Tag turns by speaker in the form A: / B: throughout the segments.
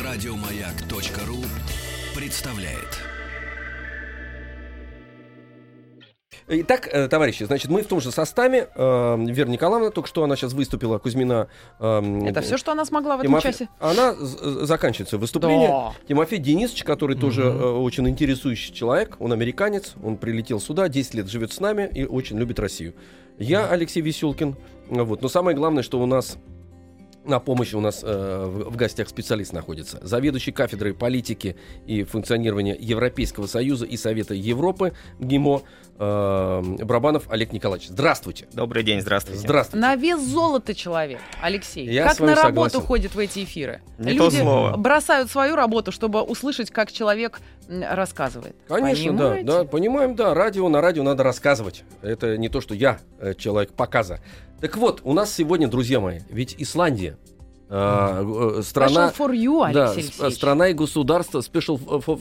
A: Радиомаяк.ру представляет.
B: Итак, товарищи, значит, мы в том же составе. Вера Николаевна, только что она сейчас выступила, Кузьмина.
C: Это все, что она смогла в этом часе?
B: Она заканчивает свое выступление.
C: Да.
B: Тимофей Денисович, который тоже очень интересующий человек, он американец, он прилетел сюда, 10 лет живет с нами и очень любит Россию. Я Алексей Веселкин. Вот. Но самое главное, что у нас на помощи в гостях специалист находится. Заведующий кафедрой политики и функционирования Европейского Союза и Совета Европы ГИМО Барабанов Олег Николаевич. Здравствуйте.
D: Добрый день, здравствуйте.
B: Здравствуйте.
C: На вес золота человек, Алексей.
B: Я
C: как
B: с вами
C: на работу
B: согласен.
C: ходит в эти эфиры?
D: Не то
C: Люди
D: слово.
C: бросают свою работу, чтобы услышать, как человек рассказывает.
B: Конечно,
C: Понимаете?
B: да, понимаем, да. На радио надо рассказывать. Это не то, что я человек показа. Так вот, у нас сегодня, друзья мои, ведь Исландия. Страна,
C: Special for you, Алексей
B: да,
C: Алексеевич.
B: страна и государство special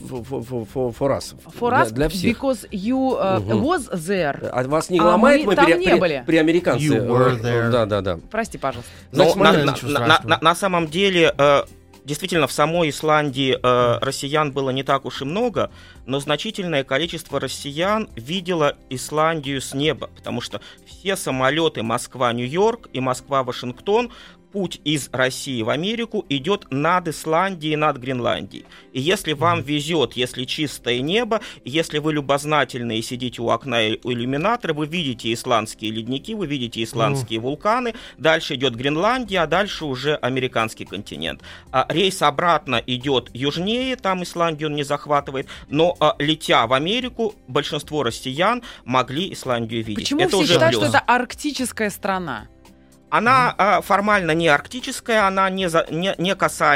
B: for us.
C: For us,
B: для всех.
C: because you was there.
B: А вас не
C: А
B: ломает
C: мы там не были.
B: при американце?
E: You were there.
B: Да.
C: Прости, пожалуйста.
B: Значит,
D: Но
B: смотрите,
E: ничего страшного.
D: на самом деле, действительно, в самой Исландии россиян было не так уж и много, но значительное количество россиян видело Исландию с неба, потому что все самолеты Москва-Нью-Йорк и Москва-Вашингтон, путь из России в Америку идет над Исландией, над Гренландией. И если вам везет, если чистое небо, если вы любознательны и сидите у окна и у иллюминатора, вы видите исландские ледники, вы видите исландские вулканы, дальше идет Гренландия, а дальше уже американский континент. Рейс обратно идет южнее, там Исландию он не захватывает, но летя в Америку, большинство россиян могли Исландию видеть.
C: Почему
D: Это
C: все
D: уже
C: считают,
D: плюс.
C: что это арктическая страна?
D: Она формально не арктическая, она не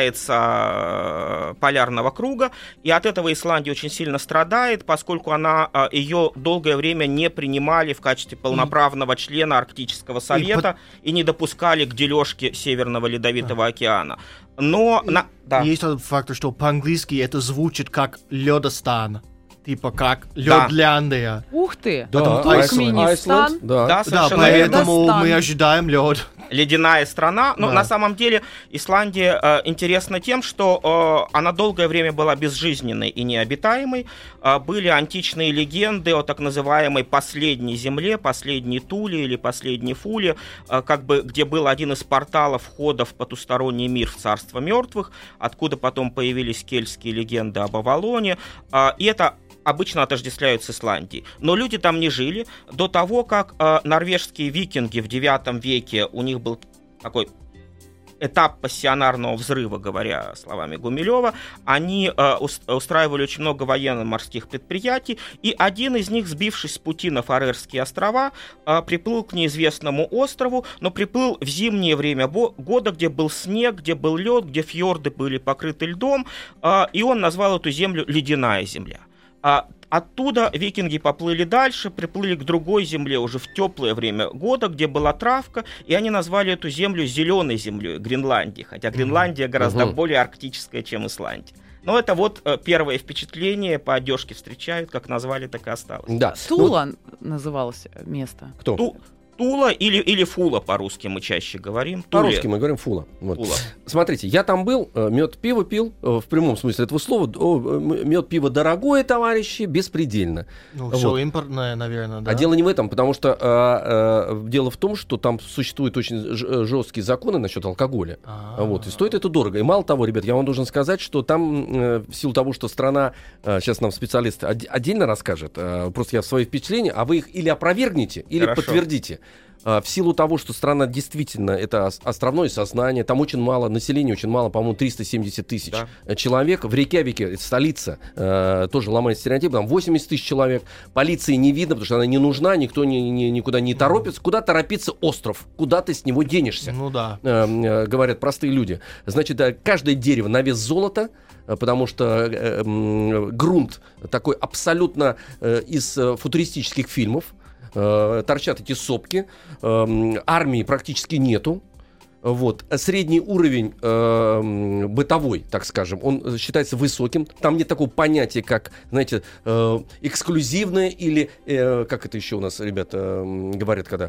D: касается полярного круга, и от этого Исландия очень сильно страдает, поскольку ее долгое время не принимали в качестве полноправного члена Арктического совета и не допускали к дележке Северного Ледовитого океана. Но
E: Есть тот фактор, что по-английски это звучит как лёдостан. Типа как Лёдляндия.
C: Ух ты!
B: Да,
C: Туркменистан.
B: да.
D: Да,
E: Да,
D: совершенно верно.
E: поэтому
C: Лёдостан.
E: мы ожидаем лед.
D: Ледяная страна, но
E: Да.
D: на самом деле Исландия интересна тем, что она долгое время была безжизненной и необитаемой. Были античные легенды о так называемой последней земле, последней Туле или последней Фуле, где был один из порталов входа в потусторонний мир, в царство мертвых, откуда потом появились кельтские легенды об Авалоне. И это обычно отождествляют с Исландией. Но люди там не жили до того, как норвежские викинги в IX веке, у них был такой этап пассионарного взрыва, говоря словами Гумилева, они устраивали очень много военно-морских предприятий, и один из них, сбившись с пути на Фарерские острова, приплыл к неизвестному острову, но приплыл в зимнее время года, где был снег, где был лед, где фьорды были покрыты льдом, и он назвал эту землю «Ледяная земля». Оттуда викинги поплыли дальше, приплыли к другой земле уже в теплое время года, где была травка, и они назвали эту землю зеленой землей, Гренландией, хотя Гренландия гораздо более арктическая, чем Исландия. Но это вот первое впечатление, по одежке встречают, как назвали, так и осталось.
B: Да.
C: Тула называлось место.
B: Кто?
D: Тула или Фула по-русски мы чаще говорим.
B: По-русски мы говорим фула. Вот.
D: Фула.
B: Смотрите, я там был, мед пиво пил, в прямом смысле этого слова. Мед пиво дорогое, товарищи, беспредельно.
E: Ну,
B: Вот.
E: все импортное, наверное, да?
B: А дело не в этом, потому что дело в том, что там существуют очень жесткие законы насчет алкоголя. Вот, и стоит это дорого. И мало того, ребят, я вам должен сказать, что там, в силу того, что страна, сейчас нам специалист отдельно расскажет, просто я свои впечатления, а вы их или опровергнете, или
D: Хорошо.
B: подтвердите. В силу того, что страна действительно это островное сознание, там очень мало, населения очень мало, по-моему, 370 тысяч человек. В Рейкьявике, это столица, тоже ломает стереотип, там 80 тысяч человек. Полиции не видно, потому что она не нужна, никто никуда не торопится. Куда торопится остров? Куда ты с него денешься?
E: Ну да.
B: Говорят простые люди. Значит, каждое дерево на вес золота, потому что грунт такой абсолютно из футуристических фильмов. Торчат эти сопки, армии практически нету. Вот. Средний уровень бытовой, так скажем, он считается высоким. Там нет такого понятия, как, знаете, эксклюзивное или, как это еще у нас ребята говорят, когда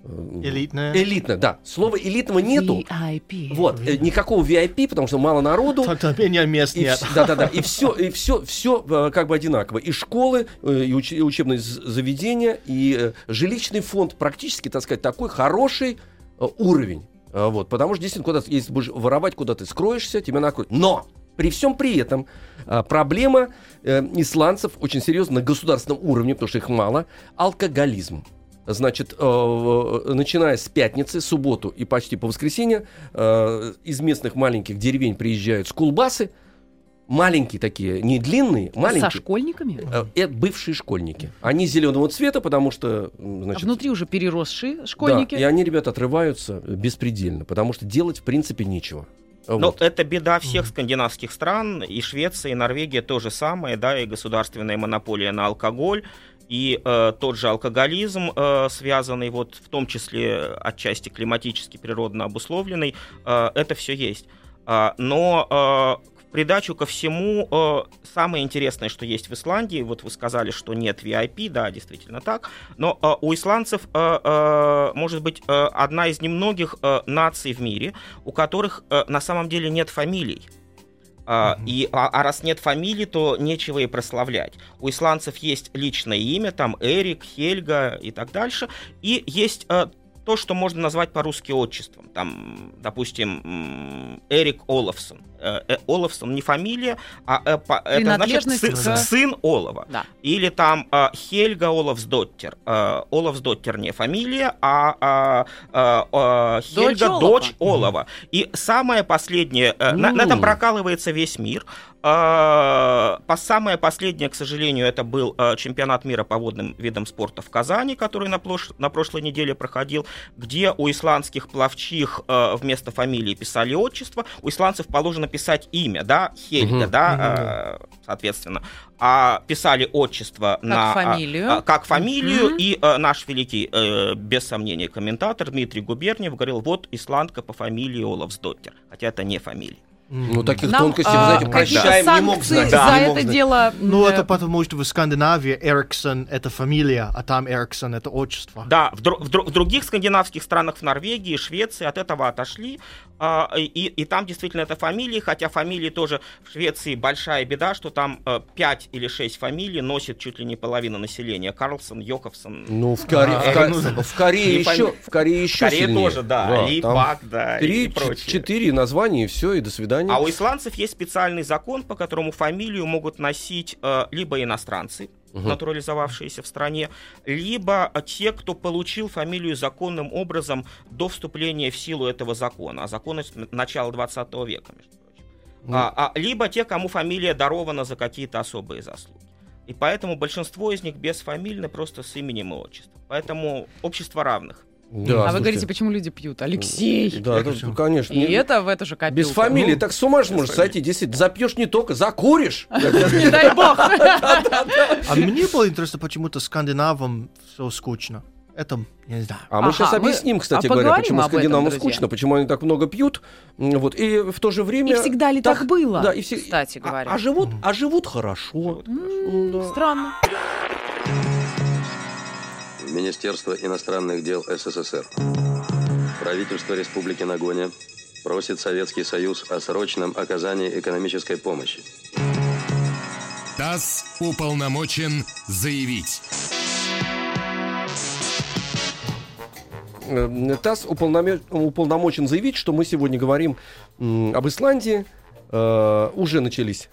B: Элитная, да. Слова элитного нету.
C: VIP.
B: Вот, никакого VIP, потому что мало народу.
E: Менее мест нет.
B: Да. И все как бы одинаково. И школы, и учебные заведения, и жилищный фонд практически, так сказать, такой хороший уровень. Вот, потому что действительно, куда если будешь воровать, куда ты скроешься, тебя накроют. Но при всем при этом проблема исландцев очень серьезна на государственном уровне, потому что их мало, алкоголизм. Значит, начиная с пятницы, субботу и почти по воскресенье из местных маленьких деревень приезжают скулбасы, маленькие такие, не длинные, маленькие.
C: Со школьниками?
B: Это бывшие школьники. Они зеленого цвета, потому что... Значит,
C: внутри уже переросшие школьники?
B: Да, и они, ребята, отрываются беспредельно, потому что делать, в принципе, нечего.
D: Но это беда всех скандинавских стран, и Швеция, и Норвегия то же самое, да, и государственная монополия на алкоголь, и тот же алкоголизм, связанный вот в том числе отчасти климатически, природно обусловленный, это все есть. Но в придачу ко всему, самое интересное, что есть в Исландии, вот вы сказали, что нет VIP, да, действительно так, но у исландцев, может быть, одна из немногих наций в мире, у которых на самом деле нет фамилий. И раз нет фамилии, то нечего и прославлять. У исландцев есть личное имя, там Эрик, Хельга и так дальше. И есть то, что можно назвать по-русски отчеством. Там, допустим, Эрик Олафсон. Олафсон не фамилия, а это значит сын Олова. Да. Или там Хельга Олафсдоттер. Олафсдоттер не фамилия, а Хельга дочь Олова. И самое последнее, на этом прокалывается весь мир. Самое последнее, к сожалению, это был чемпионат мира по водным видам спорта в Казани, который на прошлой неделе проходил, где у исландских пловчих вместо фамилии писали отчество. У исландцев положено писать имя, да, Хельга, да, соответственно. А писали отчество как фамилию, и наш великий, без сомнения, комментатор Дмитрий Губерниев говорил, вот исландка по фамилии Олафсдоттер, хотя это не фамилия.
B: Ну, таких тонкостей, вы знаете, прощаем, не мог знать.
C: За это дело...
E: Ну, это потому, что в Скандинавии Эриксон — это фамилия, а там Эриксон — это отчество.
D: Да, в других скандинавских странах, в Норвегии, Швеции от этого отошли, и там действительно это фамилии, хотя фамилии тоже в Швеции большая беда, что там 5 или 6 фамилий носит чуть ли не половина населения. Карлсон, Йоковсон.
B: Ну, в Корее еще сильнее.
D: Тоже, да, Ли, Пак, да, и прочее.
B: 3-4 названия, и все, и до свидания.
D: А у исландцев есть специальный закон, по которому фамилию могут носить либо иностранцы, натурализовавшиеся в стране, либо те, кто получил фамилию законным образом до вступления в силу этого закона. А закон начала 20 века, между прочим. Либо те, кому фамилия дарована за какие-то особые заслуги. И поэтому большинство из них безфамильны, просто с именем и отчеством. Поэтому общество равных.
C: Да, вы говорите, почему люди пьют? Алексей.
B: Да, конечно.
C: И это в эту же копилку.
B: Без фамилии, так с ума же можешь сойти. Действительно, запьешь не только, закуришь.
C: Не дай бог.
E: А мне было интересно, почему-то скандинавам все скучно. Это, я не знаю.
B: А мы сейчас объясним, кстати говоря, почему скандинавам скучно, почему они так много пьют. Вот, и в то же время...
C: И всегда ли так было,
B: да,
C: кстати говоря.
B: А живут хорошо.
C: Странно.
F: Министерство иностранных дел СССР. Правительство Республики Нагоня просит Советский Союз о срочном оказании экономической помощи.
A: ТАСС уполномочен заявить.
B: ТАСС уполномочен заявить, что мы сегодня говорим об Исландии. Уже начались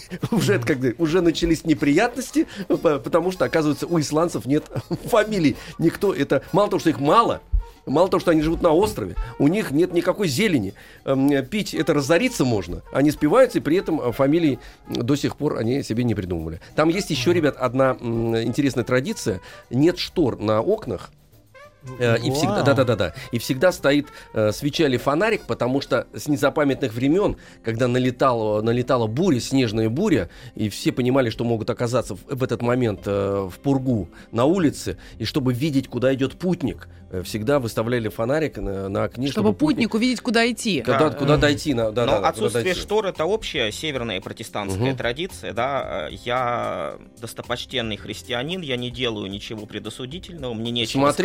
B: неприятности, потому что, оказывается, у исландцев нет фамилий. Никто это... Мало того, что их мало того, что они живут на острове, у них нет никакой зелени. Пить это разориться можно. Они спиваются, и при этом фамилии до сих пор они себе не придумывали. Там есть еще, ребят, одна интересная традиция. Нет штор на окнах. И всегда, и всегда стоит свеча или фонарик, потому что с незапамятных времен, когда налетала буря, снежная буря, и все понимали, что могут оказаться в этот момент в пургу на улице, и чтобы видеть, куда идет путник, всегда выставляли фонарик на окне,
C: чтобы путник увидеть, куда идти.
B: Куда дойти.
D: Но отсутствие штор — это общая северная протестантская традиция. Да? Я достопочтенный христианин, я не делаю ничего предосудительного, мне нечего скрывать.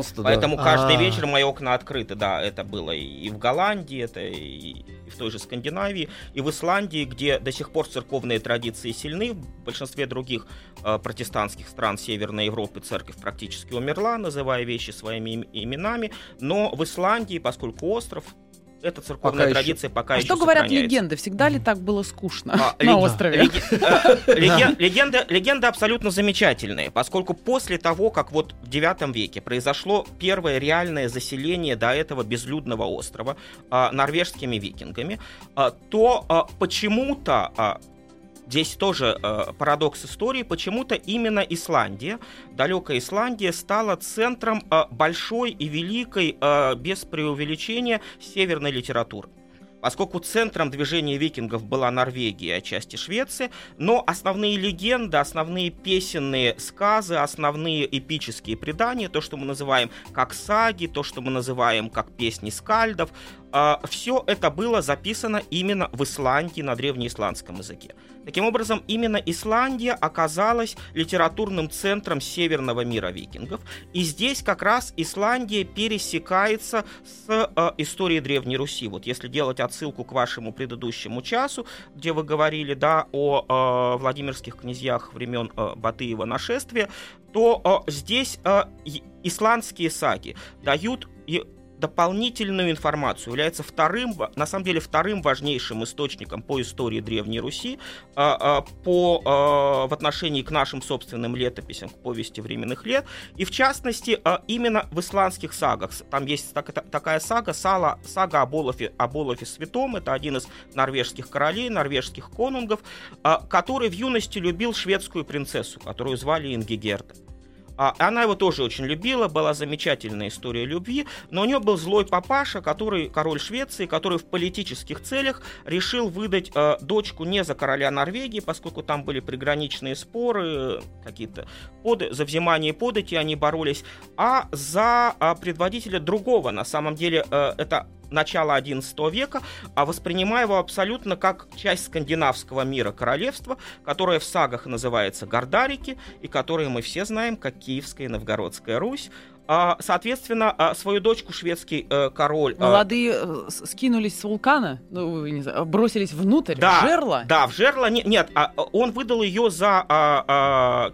B: пожалуйста, да.
D: Поэтому каждый вечер мои окна открыты. Да, это было и в Голландии, это и в той же Скандинавии, и в Исландии, где до сих пор церковные традиции сильны. В большинстве других протестантских стран Северной Европы церковь практически умерла, называя вещи своими именами. Но в Исландии, поскольку остров, эта церковная традиция пока еще
C: что говорят
D: сохраняется.
C: легенды? Всегда ли так было скучно на острове?
D: Легенды абсолютно замечательные, поскольку после того, как вот в IX веке произошло первое реальное заселение до этого безлюдного острова норвежскими викингами, то почему-то здесь тоже парадокс истории. Почему-то именно Исландия, далекая Исландия, стала центром большой и великой, без преувеличения, северной литературы. Поскольку центром движения викингов была Норвегия, отчасти Швеция, но основные легенды, основные песенные сказы, основные эпические предания, то, что мы называем как саги, то, что мы называем как песни скальдов, все это было записано именно в Исландии на древнеисландском языке. Таким образом, именно Исландия оказалась литературным центром северного мира викингов, и здесь как раз Исландия пересекается с историей Древней Руси. Вот если делать отсылку к вашему предыдущему часу, где вы говорили, да, о Владимирских князьях времен Батыева нашествия, то здесь исландские саги дают дополнительную информацию, является на самом деле вторым важнейшим источником по истории Древней Руси в отношении к нашим собственным летописям, к повести временных лет. И в частности, именно в исландских сагах. Там есть такая сага об Олафе Святом. Это один из норвежских королей, норвежских конунгов, который в юности любил шведскую принцессу, которую звали Ингигерда. Она его тоже очень любила, была замечательная история любви, но у нее был злой папаша, король Швеции, который в политических целях решил выдать дочку не за короля Норвегии, поскольку там были приграничные споры, какие-то за взимание подати они боролись, а за предводителя другого, на самом деле это начала XI века, воспринимая его абсолютно как часть скандинавского мира королевства, которое в сагах называется Гордарики, и которое мы все знаем как Киевская и Новгородская Русь. Соответственно, свою дочку шведский король...
C: Молодые скинулись с вулкана, не знаю, бросились внутрь, в жерло?
D: Да, в жерло. Нет, он выдал ее за...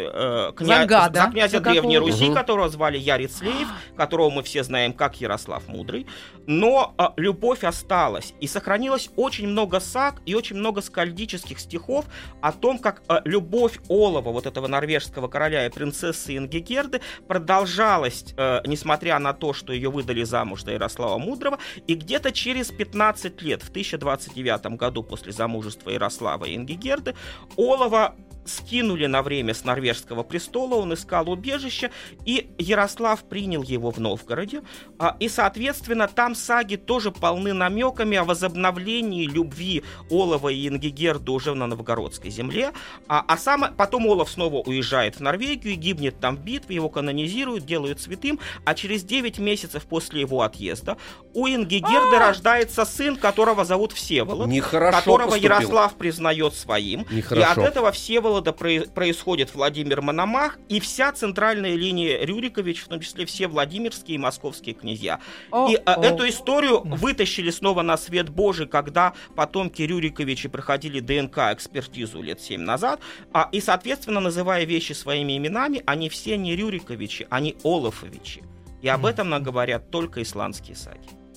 D: князя Древней Руси, которого звали Ярицлеев, которого мы все знаем как Ярослав Мудрый. Но любовь осталась, и сохранилось очень много саг и очень много скальдических стихов о том, как любовь Олова, вот этого норвежского короля и принцессы Ингигерды, продолжалась, несмотря на то, что ее выдали замуж за Ярослава Мудрого, и где-то через 15 лет, в 1029 году после замужества Ярослава и Ингигерды, Олова скинули на время с норвежского престола, он искал убежище, и Ярослав принял его в Новгороде, и, соответственно, там саги тоже полны намеками о возобновлении любви Олова и Ингигерды уже на новгородской земле, потом Олов снова уезжает в Норвегию, гибнет там в битве, его канонизируют, делают святым, а через 9 месяцев после его отъезда у Ингигерды рождается сын, которого зовут Всеволод, которого Ярослав признает своим, и от этого Всеволода происходит Владимир Мономах и вся центральная линия Рюриковичей, в том числе все владимирские и московские князья. Эту историю вытащили снова на свет Божий, когда потомки Рюриковичей проходили ДНК-экспертизу лет 7 назад, и, соответственно, называя вещи своими именами, они все не Рюриковичи, они Олафовичи. И об этом нам говорят только исландские саги.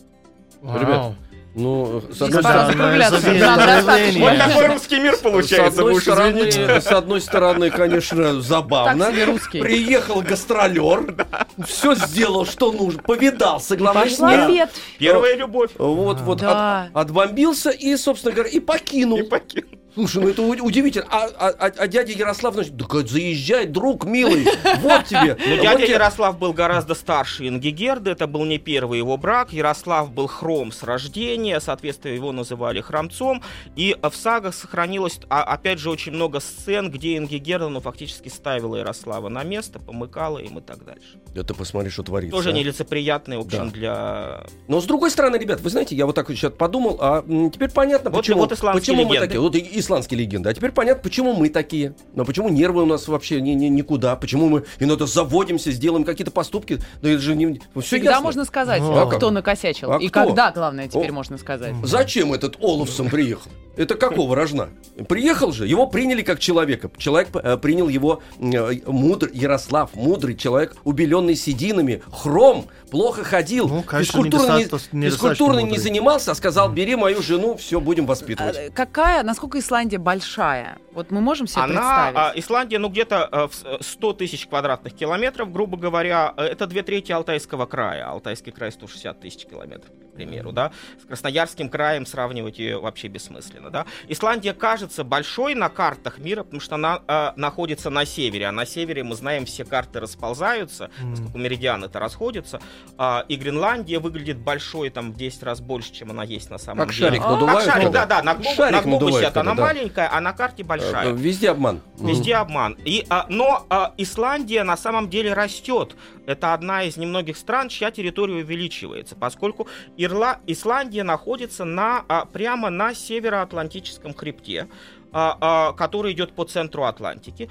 B: Ребят, с
C: одной стороны,
D: вот такой русский мир получается, вы уж извините.
B: С одной стороны, конечно, забавно. Приехал гастролер, все сделал, что нужно, повидался, главное,
C: пошла
D: первая любовь.
B: Вот, отбомбился и, собственно говоря, и покинул. Слушай, это удивительно. А дядя Ярослав, значит, заезжай, друг милый, вот тебе.
D: Дядя Ярослав был гораздо старше Ингигерды, это был не первый его брак. Ярослав был хром с рождения, соответственно, его называли хромцом. И в сагах сохранилось, опять же, очень много сцен, где Ингигерда, фактически ставила Ярослава на место, помыкала им и так дальше.
B: Это посмотри, что творится.
D: Тоже нелицеприятный, в общем, для...
B: Но с другой стороны, ребят, вы знаете, я вот так вот сейчас подумал, теперь понятно, почему мы такие. исландские легенды. А теперь понятно, почему мы такие. Но почему нервы у нас вообще никуда. Почему мы иногда заводимся, сделаем какие-то поступки. Да это же не... Все
C: Всегда
B: ясно.
C: можно сказать,
E: А
C: кто накосячил.
B: А
C: и
B: кто?
C: когда, главное, теперь можно сказать.
B: Зачем этот Олафсон приехал? Это какого рожна? Приехал же, его приняли как человека. Человек принял его Ярослав, мудрый человек, убеленный сединами, хром, плохо ходил,
E: Ну, конечно,
B: физкультурно не
E: мудрый.
B: занимался, а сказал: бери мою жену, все, будем воспитывать.
C: Насколько Исландия большая? Вот мы можем себе представить?
D: Исландия, где-то 100 тысяч квадратных километров, грубо говоря, это 2/3 Алтайского края. Алтайский край 160 тысяч километров, к примеру, да. С Красноярским краем сравнивать ее вообще бессмысленно, да. Исландия кажется большой на картах мира, потому что она находится на севере, а на севере, мы знаем, все карты расползаются, поскольку меридианы-то расходятся, и Гренландия выглядит большой, там, в 10 раз больше, чем она есть на самом
B: Как
D: деле.
B: шарик надувают,
D: Как шарик,
B: когда?
D: да, на
B: Шарик
D: глобусе
B: надувают,
D: это она
B: когда, да.
D: маленькая, а на карте большая.
B: Везде обман.
D: Везде обман. Но Исландия на самом деле растет. Это одна из немногих стран, чья территория увеличивается, поскольку Исландия находится прямо на североатлантическом хребте, который идет по центру Атлантики,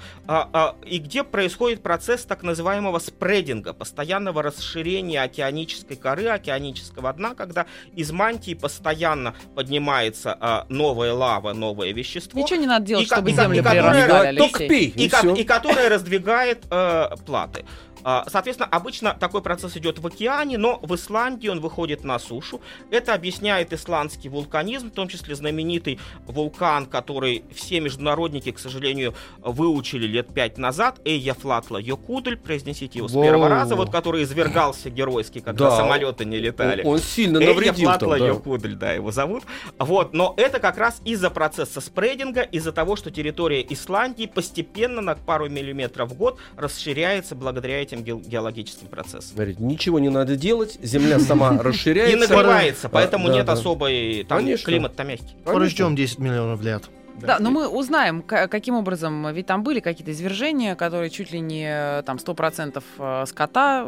D: и где происходит процесс так называемого спрединга, постоянного расширения океанической коры, океанического дна, когда из мантии постоянно поднимается новая лава, новое вещество.
C: Ничего не надо делать,
D: и
C: чтобы
D: и
C: земли
D: которое-
C: прирастали,
B: Только
C: Алексей.
B: пей, и всё.
D: и которое раздвигает платы. Соответственно, обычно такой процесс идет в океане, но в Исландии он выходит на сушу. Это объясняет исландский вулканизм, в том числе знаменитый вулкан, который все международники, к сожалению, выучили лет 5 назад, Eyjafjallajökull, произнесите его с первого раза, вот который извергался геройски, когда
B: Да.
D: самолеты не летали.
B: Он сильно навредил там, да.
D: Eyjafjallajökull, да, его зовут. Вот, но это как раз из-за процесса спрединга, из-за того, что территория Исландии постепенно на пару миллиметров в год расширяется благодаря этим геологическим процессам.
B: Смотрите, ничего не надо делать, земля сама
D: И
B: расширяется.
D: нагревается, поэтому
B: Да,
D: нет
B: да.
D: особой... Там
B: Конечно.
D: климат-то мягкий.
E: Подождем 10 миллионов лет.
C: Да, но мы узнаем, каким образом, ведь там были какие-то извержения, которые чуть ли не там 100% скота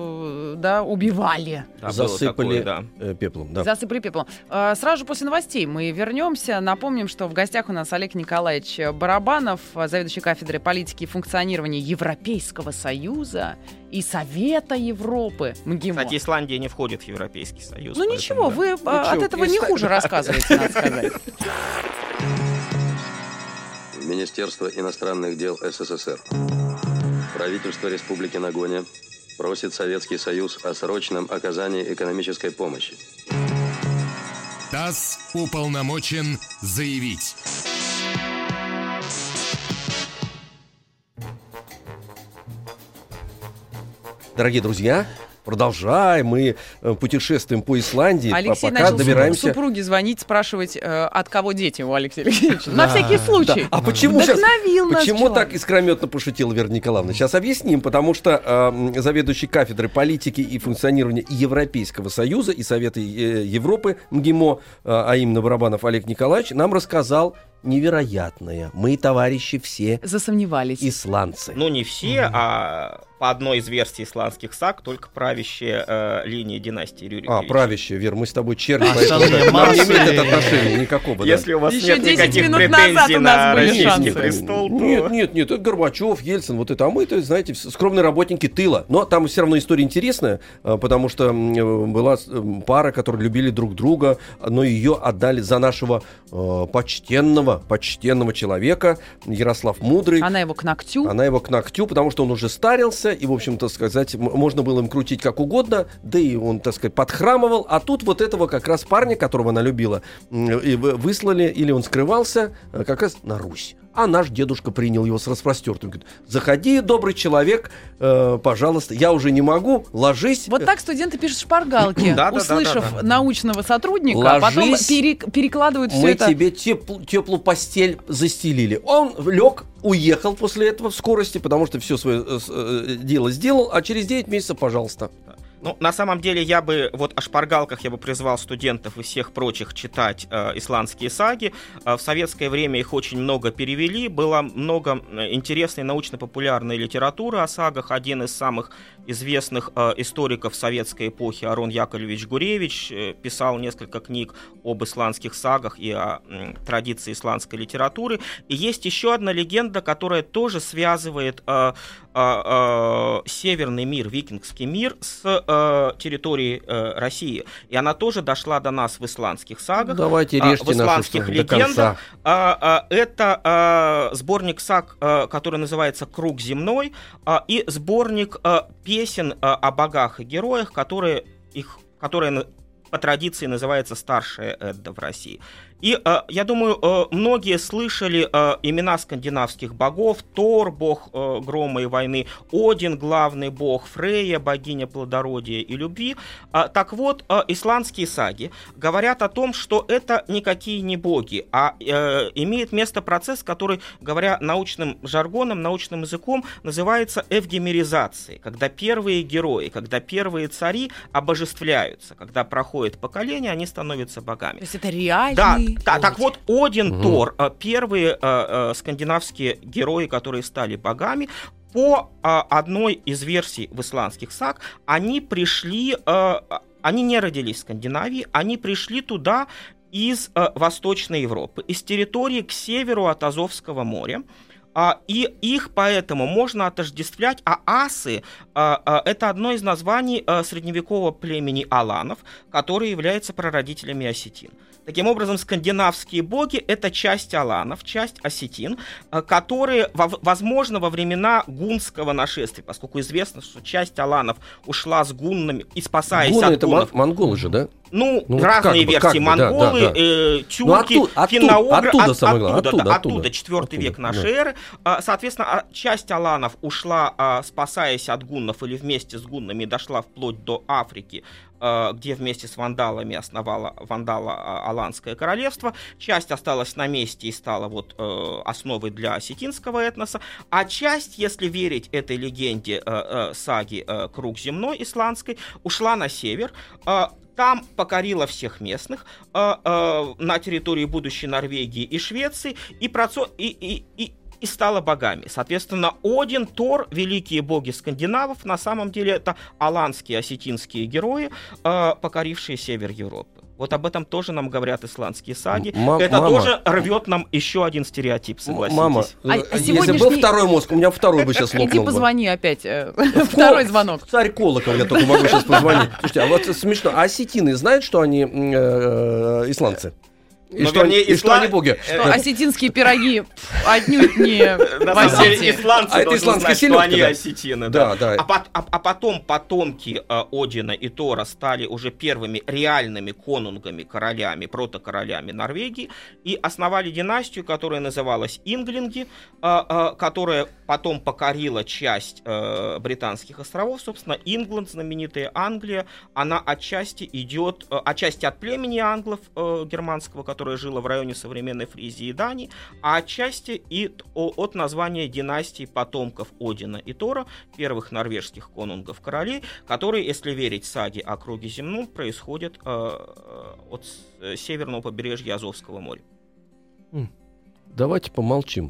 C: убивали.
D: Да, было
B: Засыпали
D: такое, да.
B: пеплом. Да.
C: Засыпали пеплом. Сразу же после новостей мы вернемся. Напомним, что в гостях у нас Олег Николаевич Барабанов, заведующий кафедрой политики и функционирования Европейского Союза и Совета Европы МГИМО.
D: Кстати, Исландия не входит в Европейский Союз.
C: Ну
D: поэтому,
C: ничего,
D: да.
C: вы от этого не хуже рассказываете, надо сказать.
F: Министерство иностранных дел СССР. Правительство Республики Нагоня просит Советский Союз о срочном оказании экономической помощи.
A: ТАСС уполномочен заявить.
B: Дорогие друзья, продолжаем. Мы путешествуем по Исландии,
C: Алексей
B: пока
C: начал
B: добираемся...
C: супруге звонить, спрашивать, от кого дети у Алексея Алексеевича. На всякий случай.
B: А почему сейчас?
C: Вдохновил нас
B: Почему
C: человек.
B: так искрометно пошутила Вера Николаевна? Сейчас объясним, потому что заведующий кафедрой политики и функционирования Европейского Союза и Совета Европы МГИМО, а именно Барабанов Олег Николаевич, нам рассказал невероятное. Мы, товарищи, все
C: Засомневались.
B: исландцы.
D: Ну, не все, а по одной из версий исландских саг только правящая линия династии Рюриковичей.
B: Правящая, Вер, мы с тобой черни,
E: Остальные
B: поэтому нам не
E: массы.
B: имеет это отношения никакого. да.
D: Если у вас
C: Еще
D: нет
C: 10
D: никаких
C: минут назад
D: претензий
C: у нас
D: на
C: были
D: российский
C: шансы.
D: престол, то...
B: Нет, это Горбачев, Ельцин, вот это. А мы, знаете, скромные работники тыла. Но там все равно история интересная, потому что была пара, которые любили друг друга, но ее отдали за нашего почтенного человека, Ярослав Мудрый.
C: Она его к ногтю.
B: Она его к ногтю, потому что он уже старился, и, в общем-то, сказать, можно было им крутить как угодно, да и он, так сказать, подхрамывал. А тут вот этого как раз парня, которого она любила, и выслали, или он скрывался, как раз на Русь. А наш дедушка принял его с распростертым. Говорит: заходи, добрый человек, пожалуйста, я уже не могу, ложись.
C: Вот так студенты пишут шпаргалки,
D: Да.
C: услышав научного сотрудника, а потом
B: Ложись.
C: перекладывают все
B: Мы
C: это.
B: тебе теплую постель застелили. Он лег, уехал после этого в скорости, потому что все свое дело сделал, а через 9 месяцев, пожалуйста.
D: Ну, на самом деле, я бы вот о шпаргалках я бы призвал студентов и всех прочих читать исландские саги. В советское время их очень много перевели, было много интересной научно-популярной литературы о сагах. Один из самых известных историков советской эпохи, Арон Яковлевич Гуревич, писал несколько книг об исландских сагах и о традиции исландской литературы. И есть еще одна легенда, которая тоже связывает северный мир, викингский мир с территории России. И она тоже дошла до нас в исландских сагах,
B: Давайте режьте
D: в исландских легендах. Это сборник саг, который называется «Круг земной», и сборник песен о богах и героях, которые по традиции называется «Старшая Эдда» в России. И я думаю, многие слышали имена скандинавских богов: Тор, бог грома и войны, Один, главный бог, Фрейя, богиня плодородия и любви. Так вот, исландские саги говорят о том, что это никакие не боги, а имеет место процесс, который, говоря научным жаргоном, научным языком, называется эвгемеризацией, когда первые герои, когда первые цари обожествляются, когда проходит поколение, они становятся богами.
C: То есть это реальный...
D: Да, так вот, Один, Тор, первые скандинавские герои, которые стали богами, по одной из версий в исландских саг, они не родились в Скандинавии, они пришли туда из Восточной Европы, из территории к северу от Азовского моря. И их поэтому можно отождествлять, асы это одно из названий средневекового племени аланов, которые являются прародителями осетин. Таким образом, скандинавские боги — это часть аланов, часть осетин, которые, возможно, во времена гунского нашествия, поскольку известно, что часть аланов ушла с гуннами и спасаясь от
B: это
D: гуннов...
B: монголы же, да?
D: Ну разные версии. Монголы, тюрки, финно-угры. Оттуда, 4 век нашей эры. Соответственно, часть аланов ушла, спасаясь от гуннов или вместе с гуннами, дошла вплоть до Африки, где вместе с вандалами основала Аланское королевство. Часть осталась на месте и стала основой для осетинского этноса. А часть, если верить этой легенде саги «Круг земной» исландской, ушла на север. Там покорила всех местных на территории будущей Норвегии и Швеции и стала богами. Соответственно, Один, Тор, великие боги скандинавов, на самом деле это аланские, осетинские герои, покорившие север Европы. Вот об этом тоже нам говорят исландские саги. Это тоже рвет нам еще один стереотип, согласитесь.
B: Мама, если был второй мозг, у меня второй бы сейчас лопнул.
C: Иди позвони опять. Второй звонок.
B: Царь колокол, я только могу сейчас позвонить. Слушайте, а вот смешно, а осетины знают, что они исландцы? И что они боги?
C: Что осетинские пироги отнюдь не в Осетии.
D: Исландцы должны знать, что они осетины.
B: Да.
D: А потом потомки Одина и Тора стали уже первыми реальными конунгами, королями, протокоролями Норвегии и основали династию, которая называлась Инглинги, которая потом покорила часть британских островов. Собственно, Ингланд, знаменитая Англия, она отчасти от племени англов германского, которая жила в районе современной Фризии и Дании, а отчасти и от названия династии потомков Одина и Тора, первых норвежских конунгов-королей, которые, если верить саге о Круге земном, происходят от северного побережья Азовского моря.
B: Давайте помолчим.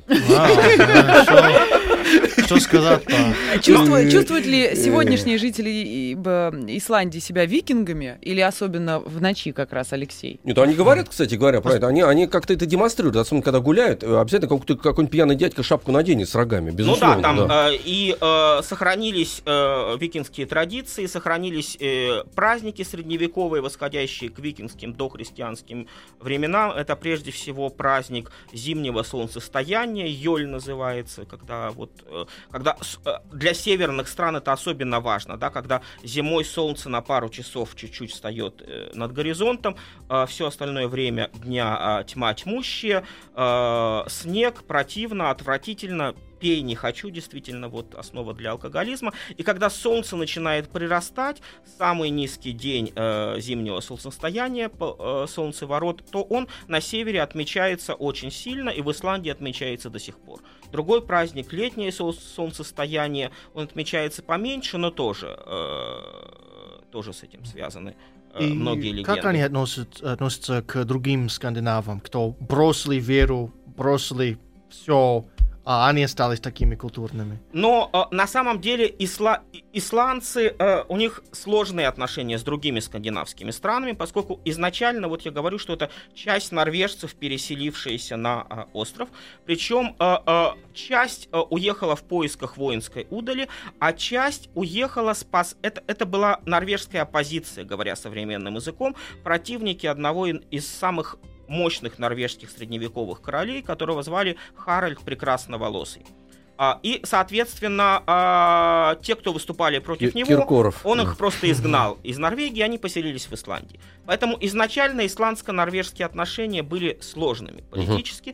E: Что сказать-то?
C: Чувствуют ли сегодняшние жители Исландии себя викингами? Или особенно в ночи как раз, Алексей?
B: Нет, они говорят, кстати говоря, про это. Они как-то это демонстрируют. Особенно, когда гуляют, обязательно какой-нибудь пьяный дядька шапку наденет с рогами. Безусловно.
D: Ну да, там и сохранились викингские традиции, сохранились праздники средневековые, восходящие к викингским дохристианским временам. Это прежде всего праздник зимнего солнцестояния, Йоль называется, когда для северных стран это особенно важно, да, когда зимой солнце на пару часов чуть-чуть встает над горизонтом, все остальное время дня тьма тьмущая, снег, противно, отвратительно, пей не хочу, действительно, основа для алкоголизма. И когда солнце начинает прирастать, самый низкий день зимнего солнцестояния, солнцеворот, то он на севере отмечается очень сильно, и в Исландии отмечается до сих пор. Другой праздник, летнее солнцестояние, он отмечается поменьше, но тоже тоже с этим связаны
E: И
D: многие легенды.
E: как они относятся к другим скандинавам, кто бросили веру, бросили все, а они остались такими культурными?
D: Но на самом деле исландцы, у них сложные отношения с другими скандинавскими странами, поскольку изначально, вот я говорю, что это часть норвежцев, переселившиеся на остров, причем часть уехала в поисках воинской удали, а часть уехала это была норвежская оппозиция, говоря современным языком, противники одного из самых мощных норвежских средневековых королей, которого звали Харальд Прекрасноволосый. И, соответственно, те, кто выступали против него,
B: Киркоров.
D: он их просто изгнал из Норвегии, они поселились в Исландии. Поэтому изначально исландско-норвежские отношения были сложными политически.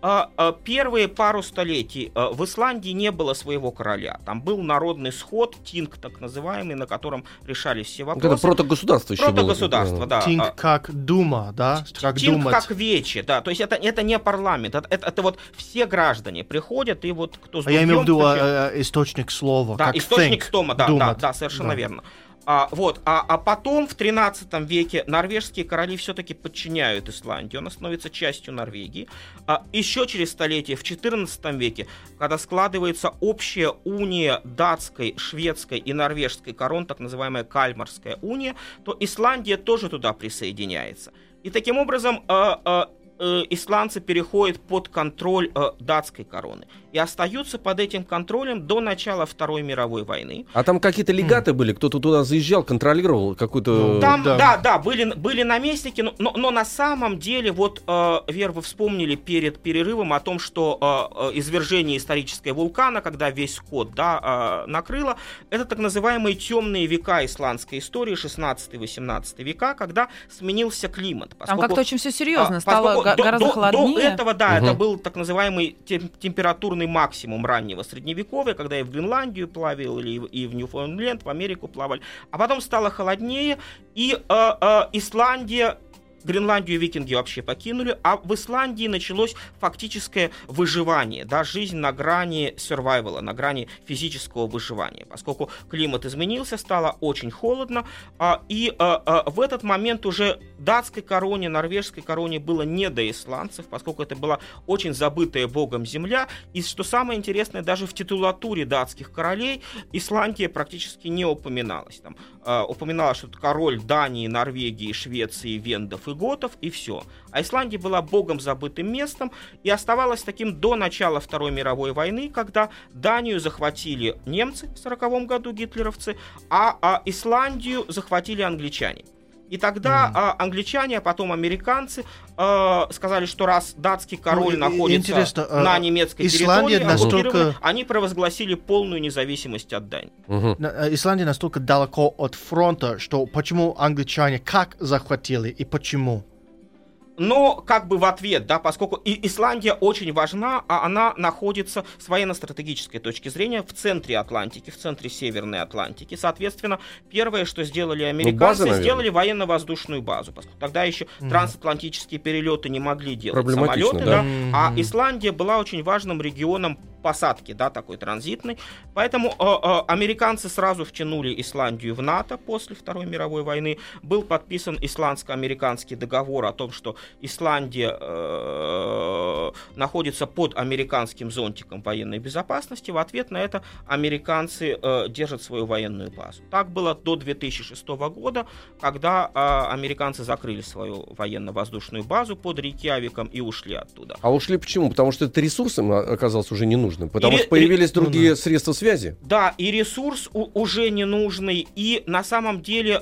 D: Первые пару столетий в Исландии не было своего короля. Там был народный сход, тинг так называемый, на котором решались все вопросы.
B: Это протогосударство еще было.
D: Протогосударство, да.
E: Тинг как дума, да? Как
D: Тинг
E: думать.
D: как вече, да. То есть это не парламент, это вот все граждане приходят, и вот кто с
E: Я имею в виду
D: дудьем,
E: источник слова.
D: да,
E: как
D: источник
E: think,
D: стома, да,
E: думать.
D: да, совершенно верно. А потом в 13 веке норвежские короли все-таки подчиняют Исландию, она становится частью Норвегии. Еще через столетие, в 14 веке, когда складывается общая уния датской, шведской и норвежской корон, так называемая Кальмарская уния, то Исландия тоже туда присоединяется. И таким образом исландцы переходят под контроль датской короны и остаются под этим контролем до начала Второй мировой войны.
B: А там какие-то легаты были? Кто-то туда заезжал, контролировал какую-то...
D: Там, да, были наместники, но на самом деле, вот, Вер, вы вспомнили перед перерывом о том, что извержение исторического вулкана, когда весь скот, да, накрыло, это так называемые темные века исландской истории, 16-18 века, когда сменился климат.
C: Там как-то очень все серьезно, стало гораздо холоднее.
D: До этого, да, это был так называемый температурный максимум раннего средневековья, когда и в Гренландию плавали, и в Ньюфаундленд, в Америку плавали. А потом стало холоднее, и Исландия, Гренландию викинги вообще покинули, а в Исландии началось фактическое выживание, да, жизнь на грани survival, на грани физического выживания, поскольку климат изменился, стало очень холодно, и в этот момент уже датской короне, норвежской короне было не до исландцев, поскольку это была очень забытая богом земля, и, что самое интересное, даже в титулатуре датских королей Исландия практически не упоминалась. Там упоминалось, что это король Дании, Норвегии, Швеции, вендов и готов, и все. А Исландия была богом забытым местом и оставалась таким до начала Второй мировой войны, когда Данию захватили немцы в 1940 году, гитлеровцы, а Исландию захватили англичане. И тогда англичане, а потом американцы сказали, что раз датский король находится на немецкой территории, они провозгласили полную независимость от Дании.
E: Исландия настолько далеко от фронта, что почему англичане как захватили и почему?
D: Но как бы в ответ, да, поскольку Исландия очень важна, а она находится с военно-стратегической точки зрения в центре Атлантики, в центре Северной Атлантики. Соответственно, первое, что сделали американцы, сделали военно-воздушную базу, поскольку тогда еще трансатлантические перелеты не могли делать самолеты, да. А Исландия была очень важным регионом посадки, да, такой транзитной. Поэтому американцы сразу втянули Исландию в НАТО после Второй мировой войны. Был подписан исландско-американский договор о том, что Исландия находится под американским зонтиком военной безопасности. В ответ на это американцы держат свою военную базу. Так было до 2006 года, когда американцы закрыли свою военно-воздушную базу под Рейкьявиком и ушли оттуда.
B: А ушли почему? Потому что этот ресурс им оказался уже не нужным. Потому что появились другие средства связи.
D: Да, и ресурс уже не нужный. И на самом деле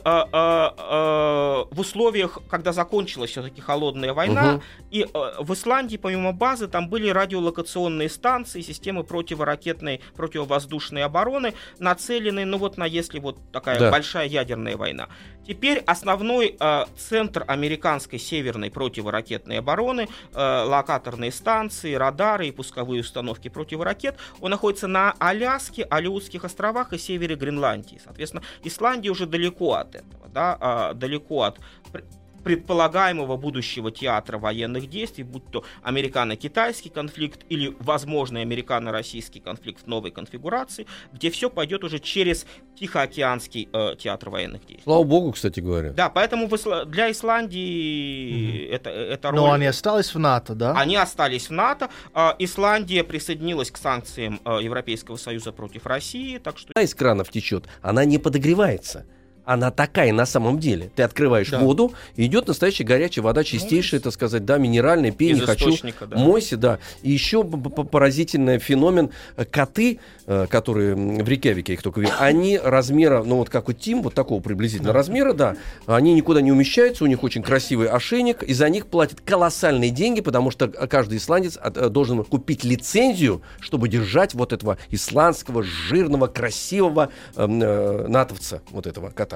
D: в условиях, когда закончилась все-таки холодная война, и в Исландии помимо базы там были радиолокационные станции, системы противоракетной, противовоздушной обороны, нацеленные, ну вот на если вот такая большая ядерная война. Теперь основной центр американской северной противоракетной обороны, локаторные станции, радары и пусковые установки противоракет, он находится на Аляске, Алеутских островах и севере Гренландии. Соответственно, Исландия уже далеко от этого, да, далеко от предполагаемого будущего театра военных действий, будь то американо-китайский конфликт или возможный американо-российский конфликт в новой конфигурации, где все пойдет уже через Тихоокеанский театр военных действий.
B: Слава богу, кстати говоря.
D: Да, поэтому для Исландии это роль...
E: Но они остались в НАТО, да?
D: Они остались в НАТО. Исландия присоединилась к санкциям Европейского Союза против России, так что...
B: Из кранов течет, она не подогревается. Она такая на самом деле. Ты открываешь воду, и идет настоящая горячая вода, чистейшая, так сказать, да, минеральная, пей, не хочу,
D: да.
B: мойся, да. И еще поразительный феномен. Коты, которые в Рейкьявике, их только видят, они размера, ну вот как у Тим, вот такого приблизительно размера, да, они никуда не умещаются, у них очень красивый ошейник, и за них платят колоссальные деньги, потому что каждый исландец должен купить лицензию, чтобы держать вот этого исландского, жирного, красивого натовца, вот этого кота.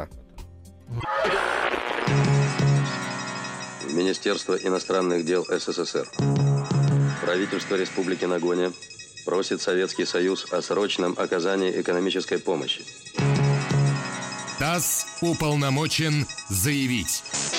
F: Министерство иностранных дел СССР. Правительство Республики Нагоня просит Советский Союз о срочном оказании экономической помощи.
A: ТАСС уполномочен заявить.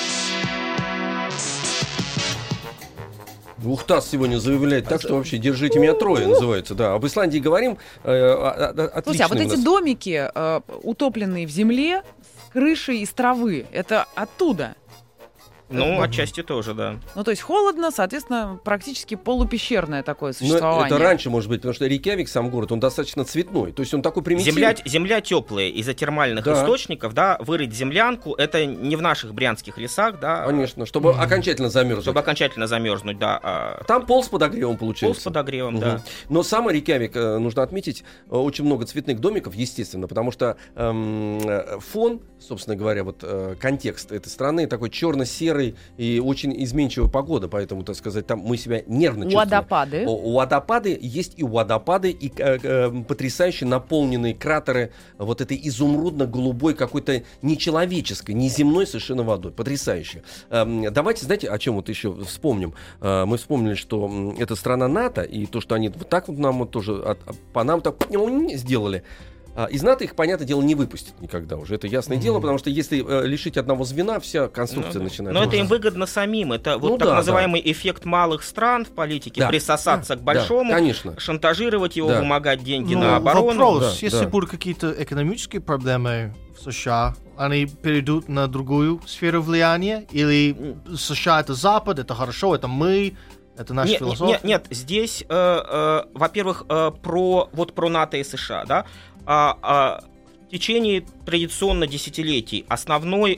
B: ТАСС сегодня заявляет так, что вообще «Держите меня трое» называется. Да. Об Исландии говорим.
C: Слушайте, а вот эти домики, утопленные в земле, с крышей из травы, это оттуда?
D: Ну, отчасти тоже, да.
C: Ну, то есть холодно, соответственно, практически полупещерное такое
B: Но
C: существование.
B: это раньше, может быть, потому что Рейкьявик, сам город, он достаточно цветной. То есть он такой примитивный.
D: Земля теплая из-за термальных источников, да, вырыть землянку, это не в наших брянских лесах, да.
B: Конечно, чтобы окончательно замерзнуть.
D: Чтобы окончательно замерзнуть, да.
B: Там пол с подогревом получается.
D: Пол с подогревом, да.
B: Но сам Рейкьявик, нужно отметить, очень много цветных домиков, естественно, потому что фон, собственно говоря, вот контекст этой страны такой черно-серый и очень изменчивая погода, поэтому, так сказать, там мы себя нервно чувствуем.
C: Водопады.
B: Водопады есть и водопады, и потрясающе наполненные кратеры вот этой изумрудно-голубой какой-то нечеловеческой, неземной совершенно водой. Потрясающе. Давайте, знаете, о чем вот еще вспомним? Мы вспомнили, что это страна НАТО, и то, что они вот так вот нам вот тоже по нам так сделали. Из НАТО их, понятное дело, не выпустят никогда уже. Это ясное дело, потому что если лишить одного звена, вся конструкция начинает.
D: Но это им выгодно самим. Это вот так называемый эффект малых стран в политике. Присосаться к большому, шантажировать его, вымогать деньги на оборону.
E: Вопрос, если будут какие-то экономические проблемы в США, они перейдут на другую сферу влияния? Или США — это Запад, это хорошо, это мы... Это наша философия?
D: Нет, здесь, во-первых, про НАТО и США, да, в течение традиционно десятилетий основная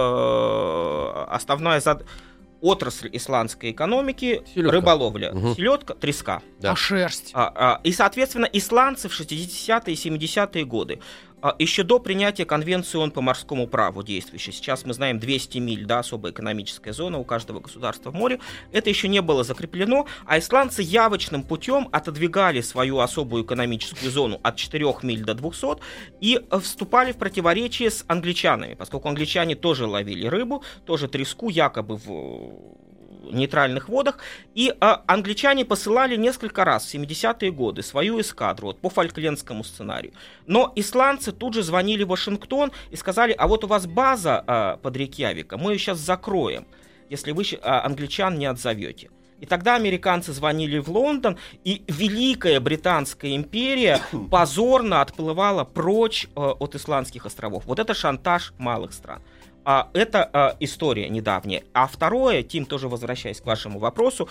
D: отрасль исландской экономики — рыболовля, селедка, треска.
C: Да. А шерсть?
D: И, соответственно, исландцы в 60-е и 70-е годы, еще до принятия Конвенции ООН по морскому праву действующей, сейчас мы знаем 200 миль, да, особая экономическая зона у каждого государства в море, это еще не было закреплено, а исландцы явочным путем отодвигали свою особую экономическую зону от 4 миль до 200 и вступали в противоречие с англичанами, поскольку англичане тоже ловили рыбу, тоже треску, якобы в нейтральных водах, и англичане посылали несколько раз в 70-е годы свою эскадру вот, по фольклендскому сценарию. Но исландцы тут же звонили в Вашингтон и сказали: а вот у вас база под Рейкьявиком, мы ее сейчас закроем, если вы англичан не отзовете. И тогда американцы звонили в Лондон, и Великая Британская империя позорно отплывала прочь от Исландских островов. Вот это шантаж малых стран. Это история недавняя. А второе, Тим, тоже возвращаясь к вашему вопросу,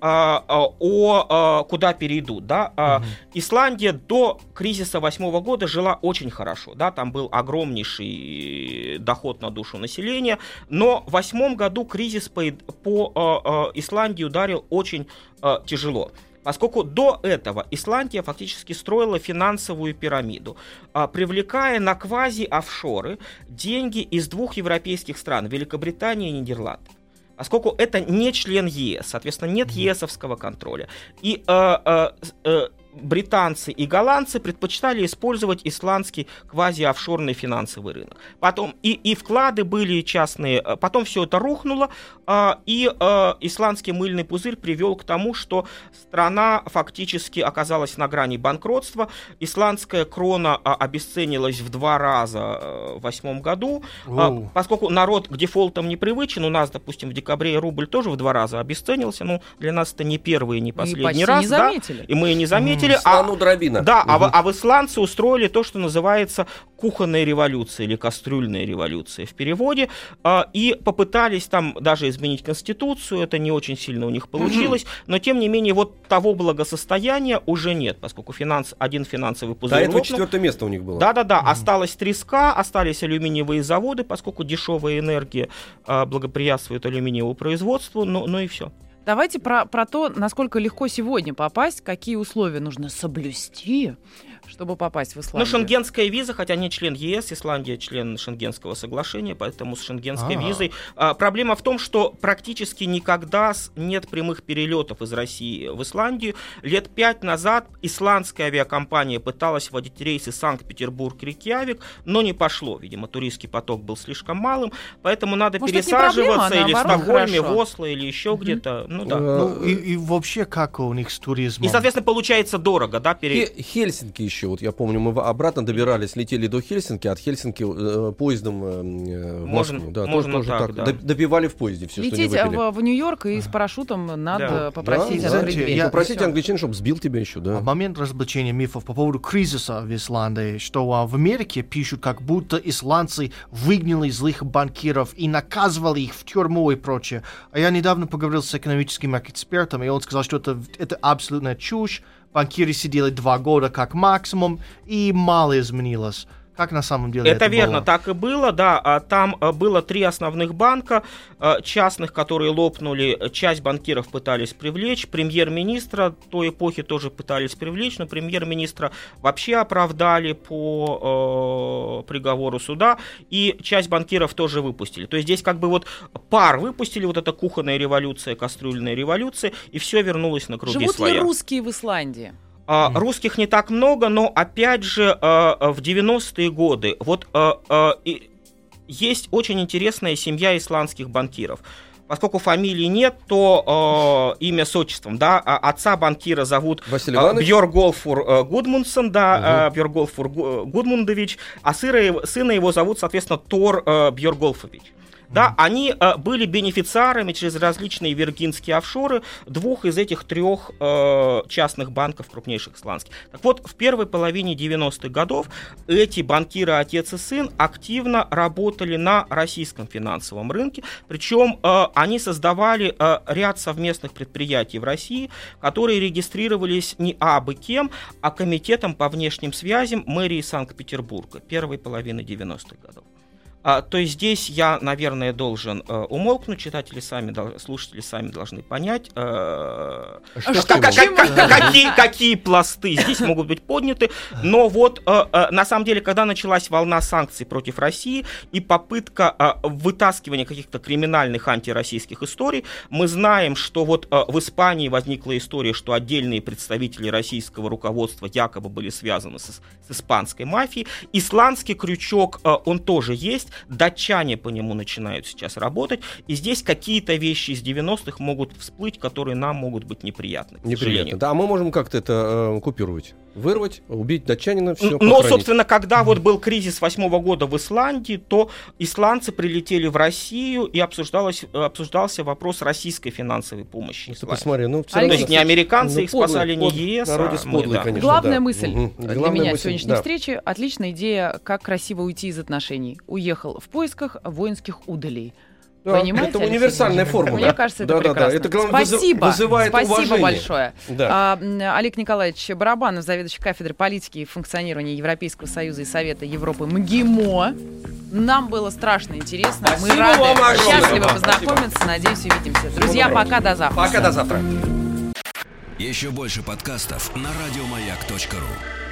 D: куда перейдут. Да? Исландия до кризиса 2008 года жила очень хорошо. Да? Там был огромнейший доход на душу населения. Но в 2008 году кризис по Исландии ударил очень тяжело. Поскольку до этого Исландия фактически строила финансовую пирамиду, привлекая на квази-офшоры деньги из двух европейских стран, Великобритании и Нидерланд. Поскольку это не член ЕС, соответственно, нет ЕСовского контроля. И британцы и голландцы предпочитали использовать исландский квази-офшорный финансовый рынок. Потом и вклады были частные, потом все это рухнуло, и исландский мыльный пузырь привел к тому, что страна фактически оказалась на грани банкротства. Исландская крона обесценилась в 2 раза в 2008 году, поскольку народ к дефолтам не привычен. У нас, допустим, в декабре рубль тоже в 2 раза обесценился, но для нас это не первый и не последний раз. И мы не заметили.
B: Дробина.
D: Да, а в исландцы устроили то, что называется кухонная революция или кастрюльная революция в переводе, и попытались там даже изменить конституцию, это не очень сильно у них получилось, но тем не менее вот того благосостояния уже нет, поскольку один финансовый пузырь
B: до этого 4-е место у них было.
D: Да, осталась треска, остались алюминиевые заводы, поскольку дешевая энергия благоприятствует алюминиевому производству, но и все.
C: Давайте про то, насколько легко сегодня попасть, какие условия нужно соблюсти, чтобы попасть в Исландию.
D: Шенгенская виза, хотя не член ЕС, Исландия член Шенгенского соглашения, поэтому с шенгенской визой. Проблема в том, что практически никогда нет прямых перелетов из России в Исландию. Лет 5 назад исландская авиакомпания пыталась вводить рейсы Санкт-Петербург-Рейкьявик, но не пошло. Видимо, туристский поток был слишком малым, поэтому надо пересаживаться или в Стокгольме, в Осло, или еще где-то.
E: И вообще, как у них с туризмом?
D: И, соответственно, получается дорого, да?
B: Хельсинки еще, вот я помню, мы обратно добирались, летели до Хельсинки, от Хельсинки поездом в Москву.
D: Можно так, да.
B: Допивали в поезде все,
C: лететь
B: что не выпили.
C: в Нью-Йорк и с парашютом надо попросить открыть дверь.
B: Попросить англичан, чтобы сбил тебя еще, да.
E: Момент разоблачения мифов по поводу кризиса в Исландии, что в Америке пишут, как будто исландцы выгнали злых банкиров и наказывали их в тюрьму и прочее. А я недавно поговорил с экономическим экспертом, и он сказал, что это абсолютная чушь. Банкиры сидели 2 года как максимум, и мало изменилось. Как на самом деле это
D: верно,
E: было?
D: так и было, да. Там было 3 основных банка частных, которые лопнули. Часть банкиров пытались привлечь. Премьер-министра той эпохи тоже пытались привлечь, но премьер-министра вообще оправдали по приговору суда, и часть банкиров тоже выпустили. То есть здесь как бы вот пар выпустили, вот эта кухонная революция, кастрюльная революция, и все вернулось на круги своя.
C: Живут ли русские в Исландии?
D: Русских не так много, но опять же в 90-е годы вот есть очень интересная семья исландских банкиров. Поскольку фамилии нет, то имя с отчеством, да, отца банкира зовут Бьоргольфур Гудмундсон, да, Бьоргольфур Гудмундович, а сына его зовут, соответственно, Тор Бьоргольфович. Да, они были бенефициарами через различные виргинские офшоры 2 из этих 3 частных банков крупнейших исландских. Так вот, в первой половине 90-х годов эти банкиры, отец и сын, активно работали на российском финансовом рынке, причем они создавали ряд совместных предприятий в России, которые регистрировались не абы кем, а комитетом по внешним связям мэрии Санкт-Петербурга первой половины 90-х годов. То есть здесь я, наверное, должен умолкнуть, слушатели сами должны понять, какие пласты здесь могут быть подняты. Но вот на самом деле, когда началась волна санкций против России и попытка вытаскивания каких-то криминальных антироссийских историй, мы знаем, что вот в Испании возникла история, что отдельные представители российского руководства якобы были связаны с испанской мафией. Исландский крючок, он тоже есть. Датчане по нему начинают сейчас работать, и здесь какие-то вещи из 90-х могут всплыть, которые нам могут быть неприятны.
B: Неприятно, да, а мы можем как-то это купировать, вырвать, убить датчанина, все.
D: Но, собственно, когда вот был кризис 2008 года в Исландии, то исландцы прилетели в Россию, и обсуждался вопрос российской финансовой помощи.
B: Посмотри,
D: то есть не американцы их спасали, не ЕС,
B: конечно.
C: Главная мысль для меня сегодняшней встречи, отличная идея, как красиво уйти из отношений. Уехал в поисках воинских удалей.
B: Да, понимаете, это универсальная формула.
C: Мне кажется, это прекрасно.
B: Это, главное, вызывает уважение.
C: Большое.
B: Да.
C: Олег Николаевич Барабанов, заведующий кафедрой политики и функционирования Европейского Союза и Совета Европы МГИМО. Нам было страшно интересно.
B: Спасибо.
C: Мы рады,
B: вам
C: счастливы познакомиться. Надеюсь, увидимся. Друзья, пока, до завтра.
B: Пока, до завтра.
A: Еще больше подкастов на радиомаяк.ру.